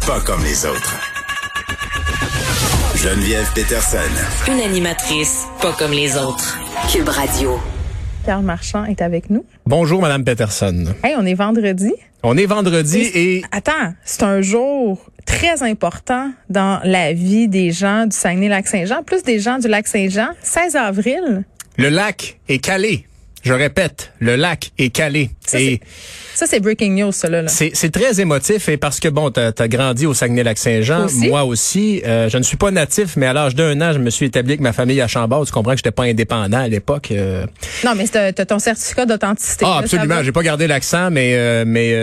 pas comme les autres. Geneviève Peterson. Une animatrice pas comme les autres. Cube Radio. Carl Marchand est avec nous. Bonjour, Madame Peterson. Hey, on est vendredi. On est vendredi et... Attends, c'est un jour très important dans la vie des gens du Saguenay-Lac-Saint-Jean, plus des gens du Lac-Saint-Jean. 16 avril. Le lac est calé. Je répète, le lac est calé. Ça, c'est breaking news, ça, là. C'est très émotif et parce que, bon, t'as grandi au Saguenay-Lac-Saint-Jean. Moi aussi. Je ne suis pas natif, mais à l'âge d'1 an, je me suis établi avec ma famille à Chambord. Tu comprends que j'étais pas indépendant à l'époque. Non, mais t'as ton certificat d'authenticité. Ah, absolument. J'ai pas gardé l'accent, mais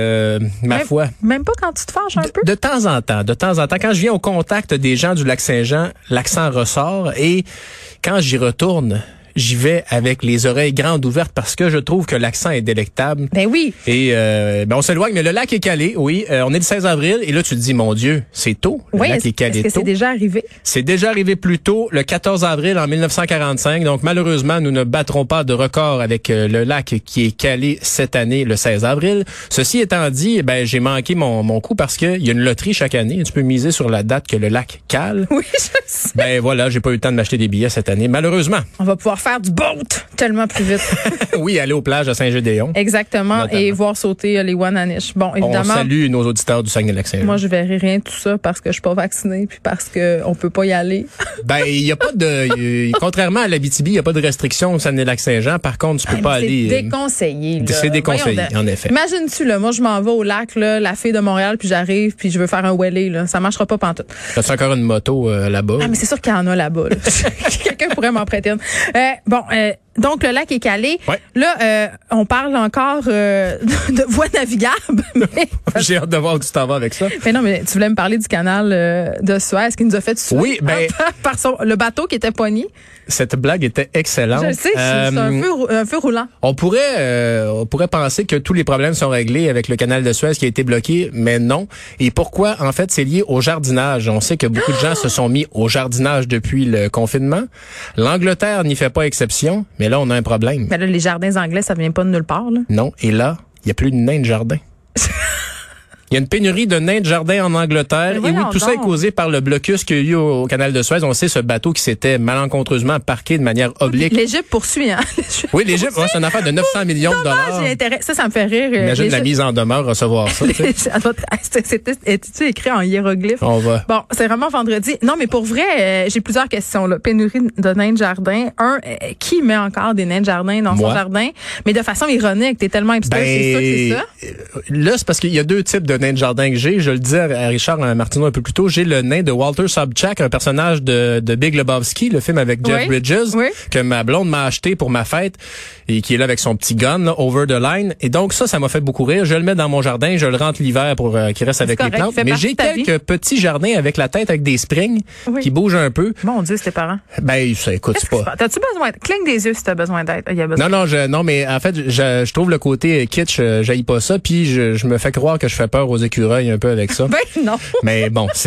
ma foi. Même pas quand tu te fâches un peu? De temps en temps. Quand je viens au contact des gens du Lac-Saint-Jean, l'accent ressort et quand j'y retourne, j'y vais avec les oreilles grandes ouvertes parce que je trouve que l'accent est délectable. Ben oui. Et on s'éloigne, mais le lac est calé, oui. On est le 16 avril et là, tu te dis, mon Dieu, c'est tôt. Le lac est calé est-ce que tôt. c'est déjà arrivé? C'est déjà arrivé plus tôt, le 14 avril en 1945. Donc, malheureusement, nous ne battrons pas de record avec le lac qui est calé cette année, le 16 avril. Ceci étant dit, j'ai manqué mon coup parce qu'il y a une loterie chaque année. Tu peux miser sur la date que le lac cale. Oui, je sais. Voilà, j'ai pas eu le temps de m'acheter des billets cette année, malheureusement. On va pouvoir faire du boat tellement plus vite. Oui, aller aux plages à Saint-Gédéon. Exactement. Notamment. Et voir sauter les Wananish. Bon, évidemment. On salue nos auditeurs du Saguenay-Lac-Saint-Jean. Moi, je verrai rien de tout ça parce que je suis pas vaccinée puis parce que on peut pas y aller. Il y a pas de, contrairement à l'Abitibi, il y a pas de restriction au Saguenay-Lac-Saint-Jean. Par contre, tu peux pas aller. C'est déconseillé, là. C'est déconseillé, en effet. Imagine-tu, là, moi, je m'en vais au lac, là, la fille de Montréal, puis j'arrive, puis je veux faire un wellé, là. Ça marchera pas pantoute. T'as-tu encore une moto là-bas? Ah, mais c'est sûr qu'il y en a là-bas, là. Quelqu'un pourrait m'en prêter une. Donc, le lac est calé. Ouais. Là, on parle encore de voies navigables. Mais... J'ai hâte de voir où tu t'en vas avec ça. Mais non, mais tu voulais me parler du canal de Suez qui nous a fait suer. Oui, par le bateau qui était pogné. Cette blague était excellente. Je sais, c'est un feu roulant. On pourrait penser que tous les problèmes sont réglés avec le canal de Suez qui a été bloqué, mais non. Et pourquoi? En fait, c'est lié au jardinage. On sait que beaucoup de gens se sont mis au jardinage depuis le confinement. L'Angleterre n'y fait pas exception, mais là, on a un problème. Mais là, les jardins anglais, ça vient pas de nulle part, là. Non. Et là, il n'y a plus de nains de jardin. Il y a une pénurie de nains de jardin en Angleterre. Et oui, tout ça est causé par le blocus qu'il y a eu au canal de Suez. On sait ce bateau qui s'était malencontreusement parqué de manière oblique. L'Égypte poursuit, hein? Oui, l'Égypte, c'est une affaire de 900 millions de dollars. Ça me fait rire. Imagine la mise en demeure recevoir ça. C'était écrit en hiéroglyphe. On va. Bon, c'est vraiment vendredi. Non, mais pour vrai, j'ai plusieurs questions, là. Pénurie de nains de jardin. Qui met encore des nains de jardin dans son jardin? Mais de façon ironique, t'es tellement hipster, c'est sûr que c'est ça. Là, c'est parce qu'il y a deux types de nains de jardin que j'ai. Je le disais à Richard Martineau un peu plus tôt. J'ai le nain de Walter Sobchak, un personnage de Big Lebowski, le film avec Jeff Bridges, que ma blonde m'a acheté pour ma fête et qui est là avec son petit gun, là, over the line. Et donc ça m'a fait beaucoup rire. Je le mets dans mon jardin, je le rentre l'hiver pour qu'il reste avec les plantes. Mais j'ai quelques petits jardins avec la tête avec des springs qui bougent un peu. Mon Dieu, c'est tes parents. Ça écoute pas. T'as-tu besoin cligne des yeux si t'as besoin d'aide. Non, mais en fait, je trouve le côté kitsch, j'haïs pas ça, puis je me fais croire que je fais peur aux écureuils un peu avec ça. Non. Mais bon, c'est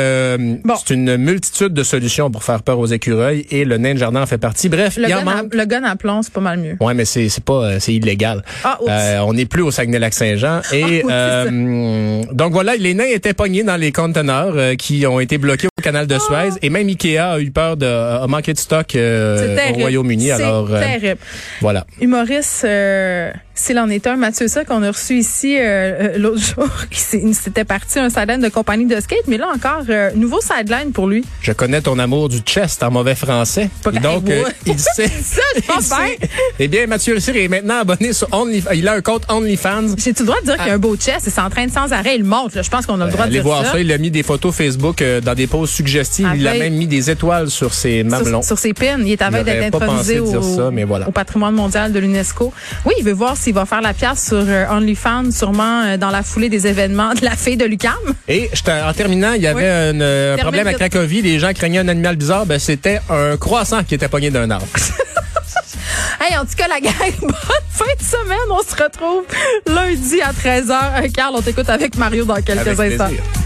une multitude de solutions pour faire peur aux écureuils et le nain de jardin en fait partie. Bref, le gun à plomb, c'est pas mal mieux. Ouais, mais c'est illégal. On n'est plus au Saguenay-Lac-Saint-Jean et donc voilà, les nains étaient pognés dans les conteneurs qui ont été bloqués au canal de Suez et même Ikea a eu peur a manqué de stock au Royaume-Uni. Alors terrible. Voilà. Humoriste s'il en est un, Mathieu Sac, qu'on a reçu ici l'autre jour, c'était parti un sideline de compagnie de skate, mais là encore, nouveau sideline pour lui. Je connais ton amour du chest en mauvais français. Et donc, il sait. Ça, je pense bien. Eh bien, Mathieu Cyr est maintenant abonné sur OnlyFans. Il a un compte OnlyFans. J'ai-tu le droit de dire qu'il y a un beau chest? Il s'entraîne sans arrêt, il monte. Là. Je pense qu'on a le droit de dire ça. Allez voir ça. Il a mis des photos Facebook dans des poses suggestives. Il a même mis des étoiles sur ses mamelons. Sur ses pins. Il est à veille d'être intronisé au patrimoine mondial de l'UNESCO. Oui, il veut voir s'il va faire la pièce sur OnlyFans, sûrement dans la foulée des événements de la fée de l'UQAM. Et en terminant, il y avait un problème à Cracovie. Les gens craignaient un animal bizarre. C'était un croissant qui était pogné d'un arbre. Hey, en tout cas, la gang, bonne fin de semaine. On se retrouve lundi à 13h. Carl, on t'écoute avec Mario dans quelques instants.